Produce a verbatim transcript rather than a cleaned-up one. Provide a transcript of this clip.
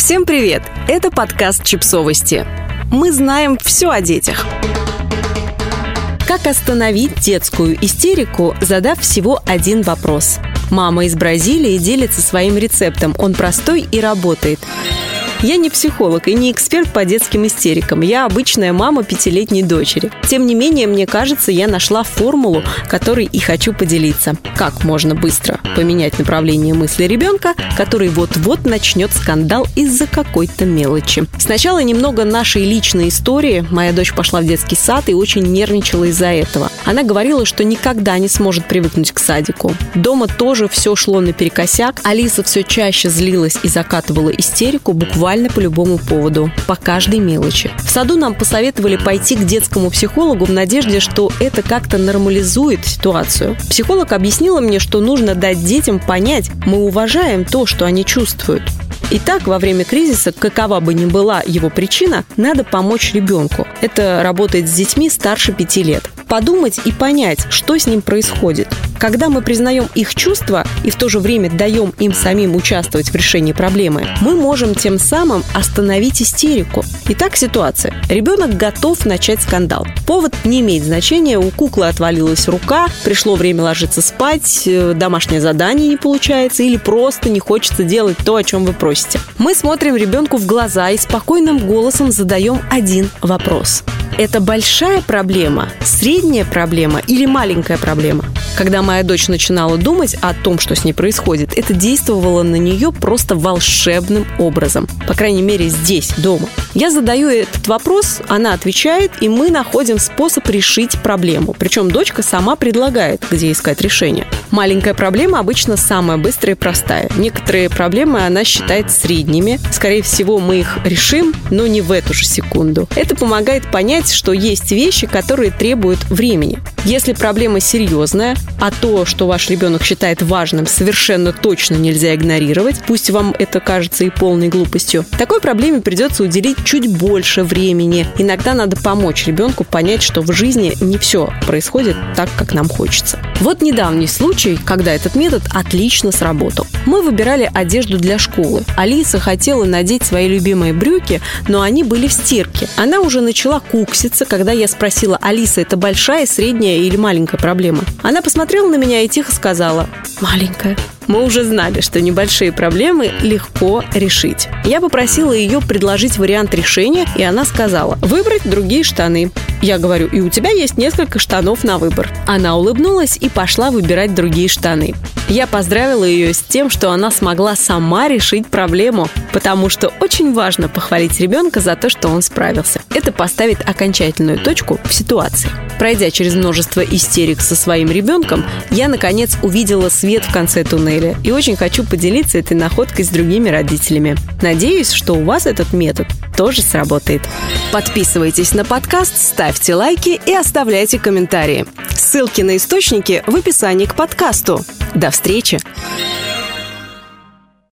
Всем привет! Это подкаст «Чипсовости». Мы знаем все о детях. Как остановить детскую истерику, задав всего один вопрос? Мама из Бразилии делится своим рецептом. Он простой и работает. Я не психолог и не эксперт по детским истерикам. Я обычная мама пятилетней дочери. Тем не менее, мне кажется, я нашла формулу, которой и хочу поделиться. Как можно быстро поменять направление мысли ребенка, который вот-вот начнет скандал из-за какой-то мелочи. Сначала немного нашей личной истории. Моя дочь пошла в детский сад и очень нервничала из-за этого. Она говорила, что никогда не сможет привыкнуть к садику. Дома тоже все шло наперекосяк. Алиса все чаще злилась и закатывала истерику буквально по любому поводу, по каждой мелочи. В саду нам посоветовали пойти к детскому психологу в надежде, что это как-то нормализует ситуацию. Психолог объяснила мне, что нужно дать детям понять, мы уважаем то, что они чувствуют. Итак, во время кризиса, какова бы ни была его причина, надо помочь ребенку. Это работает с детьми старше пяти лет. Подумать и понять, что с ним происходит. Когда мы признаем их чувства и в то же время даем им самим участвовать в решении проблемы, мы можем тем самым остановить истерику. Итак, ситуация. Ребенок готов начать скандал. Повод не имеет значения, у куклы отвалилась рука, пришло время ложиться спать, домашнее задание не получается или просто не хочется делать то, о чем вы просите. Мы смотрим ребенку в глаза и спокойным голосом задаем один вопрос. Это большая проблема, средняя проблема или маленькая проблема? Когда моя дочь начинала думать о том, что с ней происходит, это действовало на нее просто волшебным образом. По крайней мере, здесь, дома. Я задаю этот вопрос, она отвечает, и мы находим способ решить проблему. Причем дочка сама предлагает, где искать решение. Маленькая проблема обычно самая быстрая и простая. Некоторые проблемы она считает средними. Скорее всего, мы их решим, но не в эту же секунду. Это помогает понять, что есть вещи, которые требуют времени. Если проблема серьезная, а то, что ваш ребенок считает важным, совершенно точно нельзя игнорировать, пусть вам это кажется и полной глупостью, такой проблеме придется уделить чуть больше времени. Иногда надо помочь ребенку понять, что в жизни не все происходит так, как нам хочется. Вот недавний случай, когда этот метод отлично сработал. Мы выбирали одежду для школы. Алиса хотела надеть свои любимые брюки, но они были в стирке. Она уже начала кукситься, когда я спросила: «Алиса, это большая, средняя или маленькая проблема?» Она посмотрела на меня и тихо сказала: «Маленькая». Мы уже знали, что небольшие проблемы легко решить. Я попросила ее предложить вариант решения, и она сказала: выбрать другие штаны. Я говорю: и у тебя есть несколько штанов на выбор. Она улыбнулась и пошла выбирать другие штаны. Я поздравила ее с тем, что она смогла сама решить проблему, потому что очень важно похвалить ребенка за то, что он справился. Это поставит окончательную точку в ситуации. Пройдя через множество истерик со своим ребенком, я, наконец, увидела свет в конце туннеля и очень хочу поделиться этой находкой с другими родителями. Надеюсь, что у вас этот метод тоже сработает. Подписывайтесь на подкаст, ставьте лайки и оставляйте комментарии. Ссылки на источники в описании к подкасту. До встречи!